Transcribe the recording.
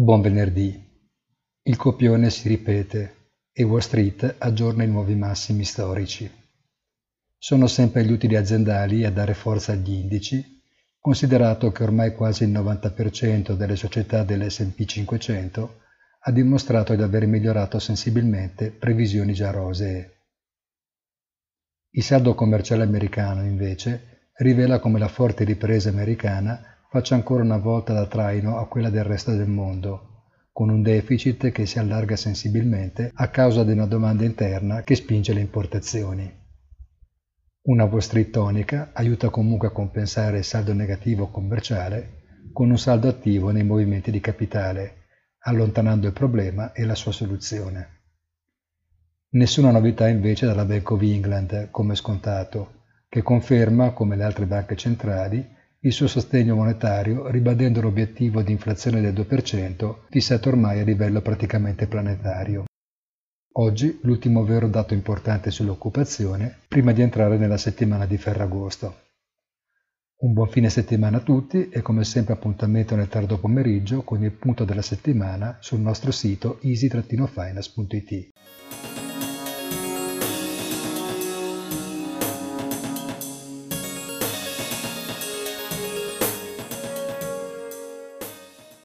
Buon venerdì. Il copione si ripete e Wall Street aggiorna i nuovi massimi storici. Sono sempre gli utili aziendali a dare forza agli indici, considerato che ormai quasi il 90% delle società dell'S&P 500 ha dimostrato di aver migliorato sensibilmente previsioni già rosee. Il saldo commerciale americano, invece, rivela come la forte ripresa americana faccia ancora una volta da traino a quella del resto del mondo, con un deficit che si allarga sensibilmente a causa di una domanda interna che spinge le importazioni. Una Wall Street tonica aiuta comunque a compensare il saldo negativo commerciale con un saldo attivo nei movimenti di capitale, allontanando il problema e la sua soluzione. Nessuna novità invece dalla Bank of England, come scontato, che conferma, come le altre banche centrali, il suo sostegno monetario ribadendo l'obiettivo di inflazione del 2% fissato ormai a livello praticamente planetario. Oggi l'ultimo vero dato importante sull'occupazione prima di entrare nella settimana di Ferragosto. Un buon fine settimana a tutti e come sempre appuntamento nel tardo pomeriggio con il punto della settimana sul nostro sito easy-finance.it.